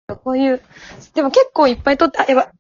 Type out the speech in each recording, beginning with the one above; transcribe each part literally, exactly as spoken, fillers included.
こういう、でも結構いっぱい撮って、あ、やば。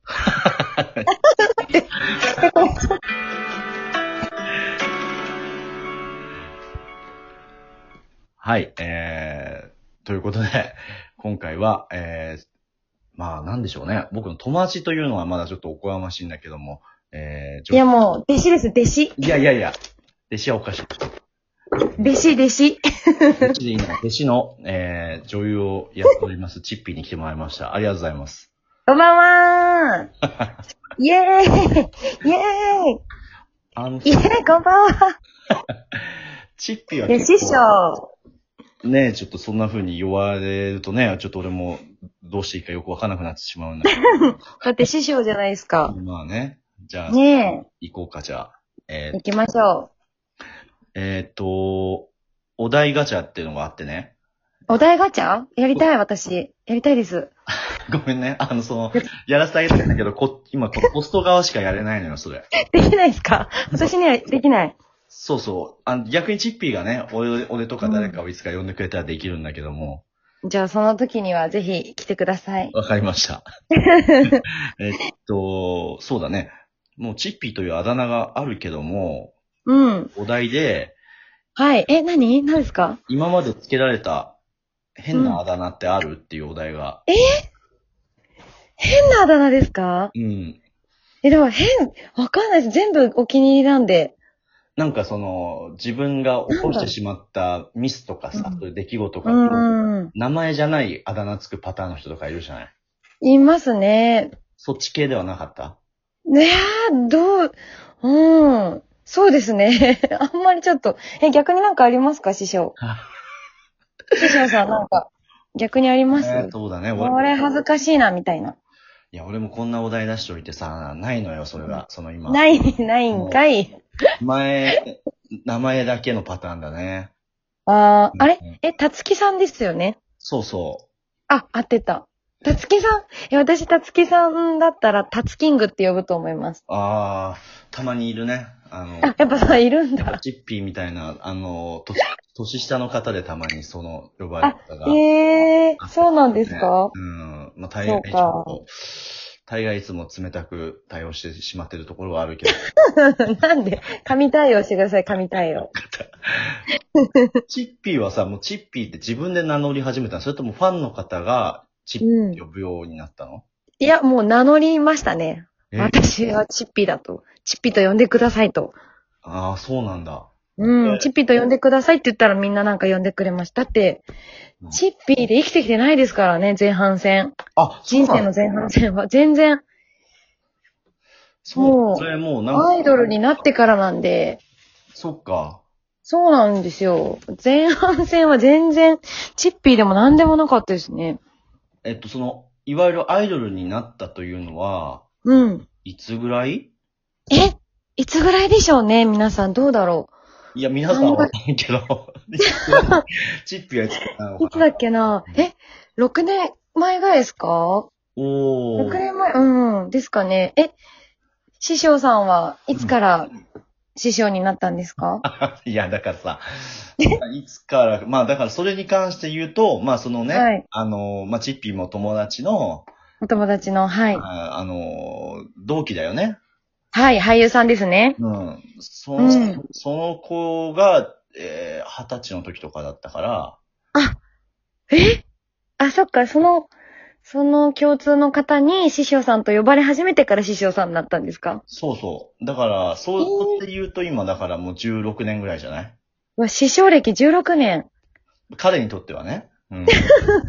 はい、えー、ということで、今回は、えー、まあなんでしょうね。僕の友達というのはまだちょっとおこがましいんだけども、えー、 いやもう、弟子です、弟子。 いやいやいや、弟子はおかしい。 弟子、弟子。 弟子でいいの弟子の、えー、女優をやっております、チッピーに来てもらいました。ありがとうございます。 こんばんはー。イェーイイェーイあの、 イェーイ、こんばんは。 チッピーはいや、師匠。 ねえ、ちょっとそんな風に言われるとね、ちょっと俺もどうしていいかよくわからなくなってしまうんだけど。 だって師匠じゃないですか。 まあね。じゃあ、 ね行こうか、じゃあ。ええ。 ー、 行きましょえーっと、お題ガチャっていうのがあってね。 う。お題ガチャやりたい、私。やりたいです。 ごめんね。あの、その、やらせてあげたいんだけど、こ、今、このポスト側しかやれないのよ、それ。 できないですか？私にはできない。 そうそう。あの逆にチッピーがね、俺、俺とか誰かをいつか呼んでくれたらできるんだけども。 じゃあその時にはぜひ来てください。 わかりました。えっと、そうだね。もうチッピーというあだ名があるけども、 うん。 お題で、 はい。え、何何ですか？ 今までつけられた変なあだ名ってあるっていうお題が。 え変なあだ名ですか？ うん。 え、でも変、わかんないです。全部お気に入りなんで。 なんかその、自分が起こしてしまったミスとかさ、 うんそういう出来事うが、 ん。 名前じゃないあだ名つくパターンの人とかいるじゃない。 いますね。 そっち系ではなかった？ いやー、どう、うん。そうですね。あんまりちょっと、え、逆になんかありますか、師匠。師匠さんなんか、逆にありまえす？ ーそうだね。 これ恥ずかしいな、みたいな。 いや、俺もこんなお題出しておいてさ、ないのよ、それが。その今。 ない、ないんかい。 前、名前だけのパターンだね。 あー、あれうんえ、たつきさんですよね。 そうそあ、合ってた。たつきさんえ、私たつきさんだったら、たつキングって呼ぶと思います。 う。ああ、たまにいるね。あの、 あ、やっぱさ、いるんだ。 チッピーみたいな、あの、年、年下の方でたまにその呼ばれある方、が。 ええー、そうなんですねか？ うん。まあ、大概ちそうかょっと、大概いつも冷たく対応してしまってるところはあるけど。 なんで神対応してください、神対応。 チッピーはさ、もうチッピーって自分で名乗り始めたの？それともファンの方がチッピーって呼ぶようになったの？ いや、もう名乗りましたね。 え私はチッピーだと。チッピーと呼んでくださいと。 ああ、そうなんだ。 うん、 えチッピーと呼んでくださいって言ったらみんななんか呼んでくれました。だって、チッピーで生きてきてないですからね、前半戦。 あ、そう人なの？ 生の前半戦は。全然、 そう、 もうそれもうなんか、 アイドルになってからなんで、 そっか。 そうなんですよ。前半戦は全然、チッピーでも何でもなかったですね。 えっと、その、いわゆるアイドルになったというのは、 うん。 いつぐらい？ えいつぐらいでしょうね、皆さん。どうだろいや、皆さんはわかんないけど、チッピーはいつなのう。いつかな？ だっけなえ ?ろく 年前ぐらいですか？ おろくー。 年前うん、ですかね。え、師匠さんはいつから師匠になったんですか？ いや、だからさ、いつから、まあだからそれに関して言うと、まあそのね、 はいあの、まあチッピーも友達の、 お友達の、はい。 ああの、同期だよね。 はい、俳優さんですね。 うん。その、 うんその子が、えー、二十歳の時とかだったから、 あ、えあ、そっか、その、その共通の方に師匠さんと呼ばれ始めてから師匠さんになったんですか？ そうそう。だから、そうって言うと今だからもうじゅうろくねんぐらいじゃない？ うわ、師匠歴じゅうろくねん。 彼にとってはね。うん。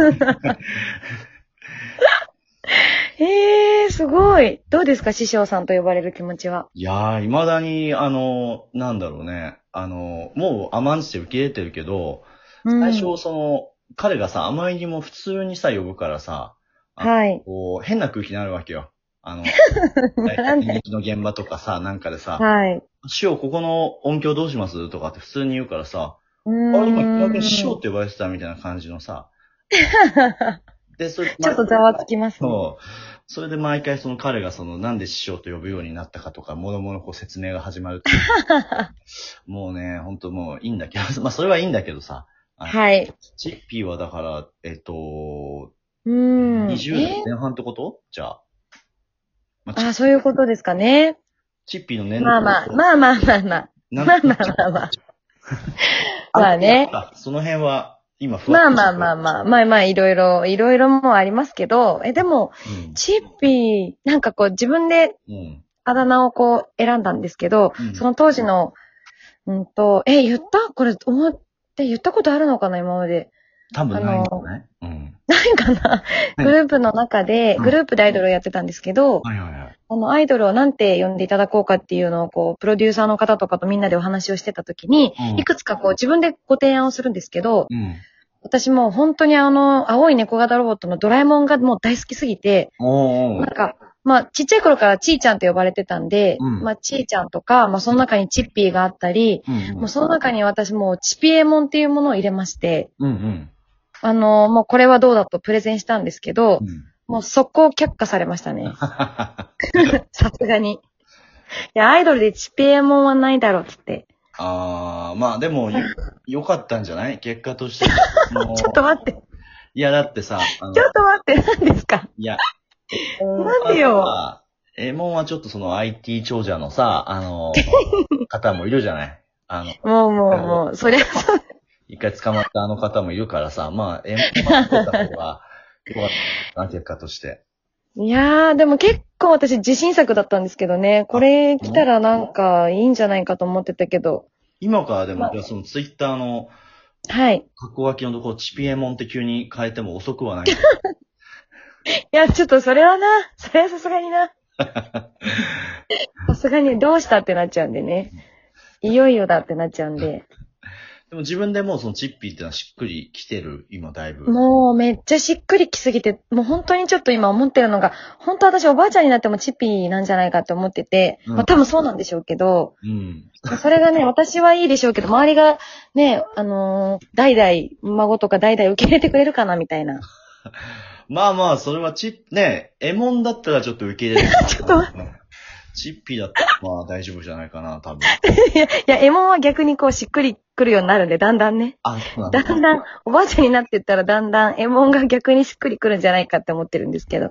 ええー、すごい。どうですか、師匠さんと呼ばれる気持ちは。 いやー、未だに、あの、なんだろうね。あの、もう甘んじて受け入れてるけど、 うん、 最初、その、彼がさ、あまりにも普通にさ、呼ぶからさ、あはい。 こう、変な空気になるわけよ。あの、 なんで演劇の現場とかさ、なんかでさ、 はい。 師匠、ここの音響どうしますとかって普通に言うからさ、 うあれ、今、逆ーん。 に師匠って呼ばれてたみたいな感じのさ、で、それ、 ちょっとざわつきますね。 そう。それで毎回その彼がそのなんで師匠と呼ぶようになったかとか、もろもろこう説明が始まると。もうね、ほんともういいんだけど、まあそれはいいんだけどさ。 はい。 チッピーはだから、えっと、 うん。 にじゅう代前半ってことじゃあ。まあ、 あ、そういうことですかね。 チッピーの年まあまあ、まあまあまあまあ。 なんまあまあまあまあ。まあね。 あ、その辺は、今、ふわまあっとまあまあまあ、まあまあ、いろいろ、いろいろもありますけど、え、でも、 うん。 チッピー、なんかこう、自分でうん。 あだ名をこう、選んだんですけど、 うんその当時の、うんと、え、言ったこれ、思って言ったことあるのかな今まで。 多分ないんじゃあの、 ないうん。 ないかなグループの中で、 うんグループでアイドルをやってたんですけど、 はいはいはい。 あの、アイドルをなんて呼んでいただこうかっていうのを、こう、プロデューサーの方とかとみんなでお話をしてた時に、 うんいくつかこう、自分でご提案をするんですけど、 うん。 私もう本当にあの、青い猫型ロボットのドラえもんがもう大好きすぎて、 おーなんか、まあ、ちっちゃい頃からちーちゃんと呼ばれてたんで、 うんまあ、ちーちゃんとか、まあ、その中にチッピーがあったり、 うんうん。 もうその中に私もうチピエモンっていうものを入れまして、 うんうん。 あの、もうこれはどうだとプレゼンしたんですけど、 うんもう速攻却下されましたね。さすがに。いや、アイドルでチピエモンはないだろうっつって。 あー、まあでも、よ、よかったんじゃない結果として。もうちょっと待って。 いや、だってさ、あのちょっと待って、何ですかいや、 なんでよ。 エモンはちょっとその アイティー 長者のさ、あの、方もいるじゃないあの、 もうもうもう、そりゃそう。 一回捕まったあの方もいるからさ、まあ、エモンは取った方がよかったな、結果として。 いやー、でも結構私自信作だったんですけどね。これ来たらなんかいいんじゃないかと思ってたけど。 今からでも、 まじゃあそのツイッターの、 はい。 格好書きのところ、チピエモンって急に変えても遅くはない。 いや、ちょっとそれはな、それはさすがにな。さすがにどうしたってなっちゃうんでね。いよいよだってなっちゃうんで。 でも自分でもうそのチッピーってのはしっくりきてる、今だいぶ。 もうめっちゃしっくりきすぎて、もう本当にちょっと今思ってるのが、本当私おばあちゃんになってもチッピーなんじゃないかって思ってて、 うんまあ多分そうなんでしょうけど、 うん。 それがね、私はいいでしょうけど、周りがね、あのー代々、孫とか代々受け入れてくれるかなみたいな。 まあまあ、それはチッ、ねエモンだったらちょっと受け入れる。 ちょっと待って。チッピーだったらまあ大丈夫じゃないかな、多分。 いや、いや、エモンは逆にこうしっくりくるようになるんで、だんだんね。 あ、そうなんだ。 だんだん、おばあちゃんになってったらだんだんエモンが逆にしっくりくるんじゃないかって思ってるんですけど。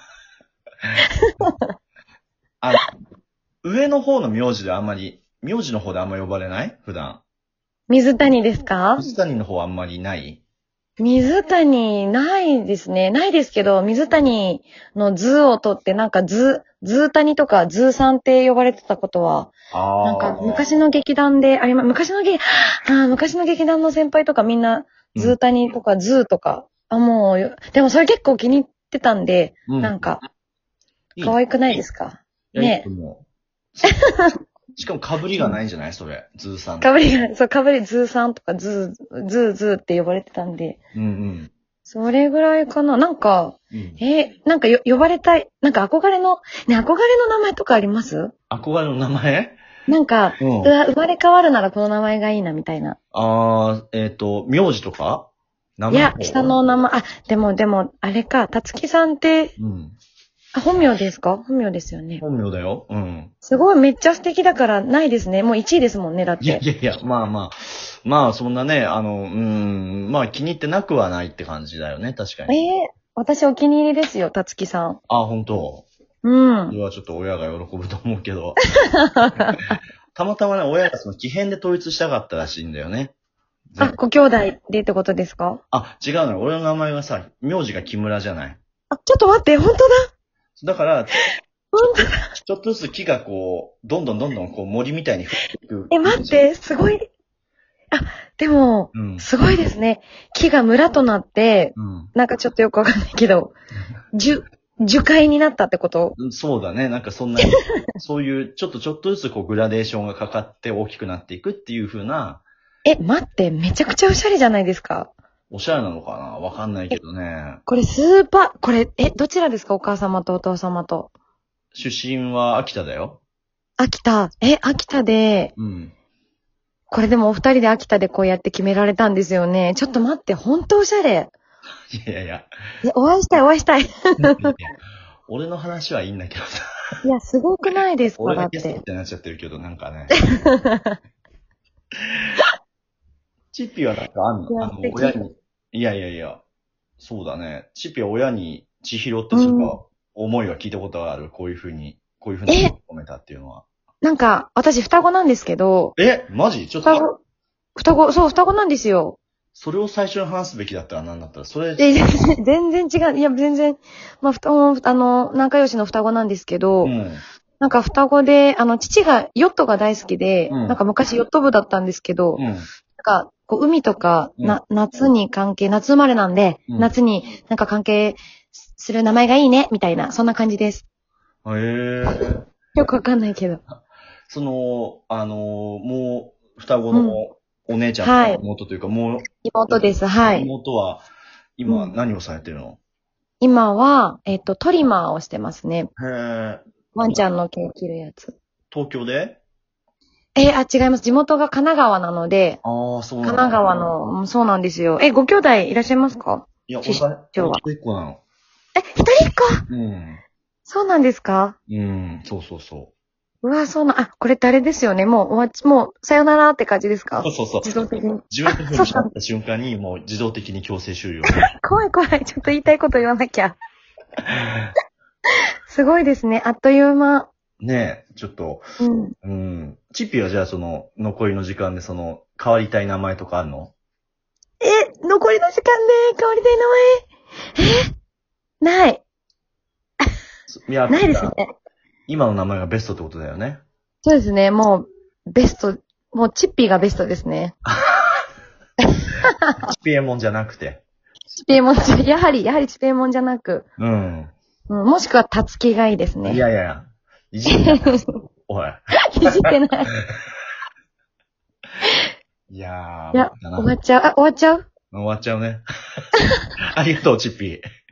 あの、上の方の名字であんまり、名字の方であんま呼ばれない普段。 水谷ですか？ 水谷の方あんまりない水谷、ないですね。ないですけど、水谷の図を取って、なんか図、図谷とか図さんって呼ばれてたことは、 ああ。 なんか昔の劇団でありま、昔の劇、あー昔の劇団の先輩とかみんな、図谷とか図とか、あ、もうよ、でもそれ結構気に入ってたんで、 うんなんか、 いい可愛くないですか？ いやねいいと思うしかも被りがないんじゃないそれ。ズーさん。 かぶりが、そう、かぶりズーさんとかズー、ズーズーって呼ばれてたんで、 うんうん。 それぐらいかな。なんか、 うん、 えーなんかよ、呼ばれたい、なんか憧れの、ね、憧れの名前とかあります？ 憧れの名前なんか、 うんうわ生まれ変わるならこの名前がいいな、みたいな。 あー、えっ、と、名字とか名前いや、下の名前、あ、でも、でも、あれか、たつきさんって、 うん。 あ、本名ですか？本名ですよね。 本名だよ。うん。 すごい、めっちゃ素敵だからないですね。もういちいですもんね、だっいやて。 いやいや、まあまあ。まあ、そんなね、あの、うん、まあ気に入ってなくはないって感じだよね、確かえに。 ー、私お気に入りですよ、たつきさん。 あ、本当うんそ。れはちょっと親が喜ぶと思うけど。たまたまね、親がその奇変で統一したかったらしいんだよね。 あ、ご兄弟でってことですか？ あ、違うのよ。俺の名前はさ、名字が木村じゃない。 あ、ちょっと待って、本当だだから、 本当だちょっとずつ木がこう、どんどんどんどんこう森みたいに降っていく。 え、待っ。て、すごい。あ、でも、 うん。 すごいですね。木が村となって、 うん。 なんかちょっとよくわかんないけど、樹、樹海になったってこと？ そうだね。なんかそんな、そういう、ちょっとちょっとずつこうグラデーションがかかって大きくなっていくっていう風な、 え、待って、めちゃくちゃおしゃれじゃないですか。 おしゃれなのかなわかんないけどね。 これスーパー、これ、え、どちらですか？お母様とお父様と。 出身は秋田だよ。 秋田。え、秋田で、 うん。 これでもお二人で秋田でこうやって決められたんですよね。ちょっと待って、ほんとおしゃれ。 いやいや。 え、お会いしたい、お会いしたい。いいや俺の話はいいんだけどさ。 や、すごくないですか？ 俺がだって。 ゲストってなっちゃってるけど、なんかね。チッピーはなんかあんのあの、 いや素敵親に。いやいやいや。 そうだね。チッピは親に千尋ってちょっと思いは聞いたことがある。こういうふうに、こういうふうに込めたっていうのは。 なんか、私双子なんですけど、 えマジちょっと、 双子、双子、そう、双子なんですよ。 それを最初に話すべきだったら何だったら、それ、 え、全然違う。いや、全然、まあ、双子、あの、仲良しの双子なんですけど、 うん。 なんか双子で、あの、父がヨットが大好きで、 うんなんか昔ヨット部だったんですけど、 うん。 なんか、こう、海とか、 うんな、夏に関係、夏生まれなんで、 うん夏になんか関係する名前がいいね、みたいな、そんな感じです。 へえ。 よくわかんないけど。 その、あのーもう、双子うんのお姉ちゃんはいと妹というか、もう、 妹です、はい。 妹は、今何をされてるの？ 今は、えっと、トリマーをしてますね。 へえ。 ワンちゃんの毛を切るやつ。 東京で？ えーあ、違います。地元が神奈川なので、 ああ、そうなん神だ。 奈川の、うんそうなんですよ。え、ご兄弟いらっしゃいますか？ いや、俺師が、 匠は。 俺一個なの。 え、一人っ子うん。 そうなんですか？ うん、そうそうそうわ、そうな、あ、これ誰ですよね。もう終わっち、もう、さよならって感じですう。 か？ そうそうそう。 自動的に。 じゅうごふん経った瞬間に、もう自動的に強制終了。 怖い怖い。ちょっと言いたいこと言わなきゃ。すごいですね。あっという間。 ねえ、ちょっと、 うん。 うん。チッピーはじゃあその、残りの時間でその、変わりたい名前とかあるの？ え、残りの時間で変わりたい名前えない。 いや、 ないですね。 今の名前がベストってことだよね。 そうですね。もう、ベスト、もうチッピーがベストですね。 チピエモンじゃなくて。 チピエモンじゃ、やはり、やはりチピエモンじゃなく、 うん。 うん、もしくはタツキがいいですね。 いやいやいや、いじってない。おい。 いじってない。 いやー、 いや、 だな終わっちゃう。あ、終わっちゃう終わっちゃうね。ありがとう、チッピー。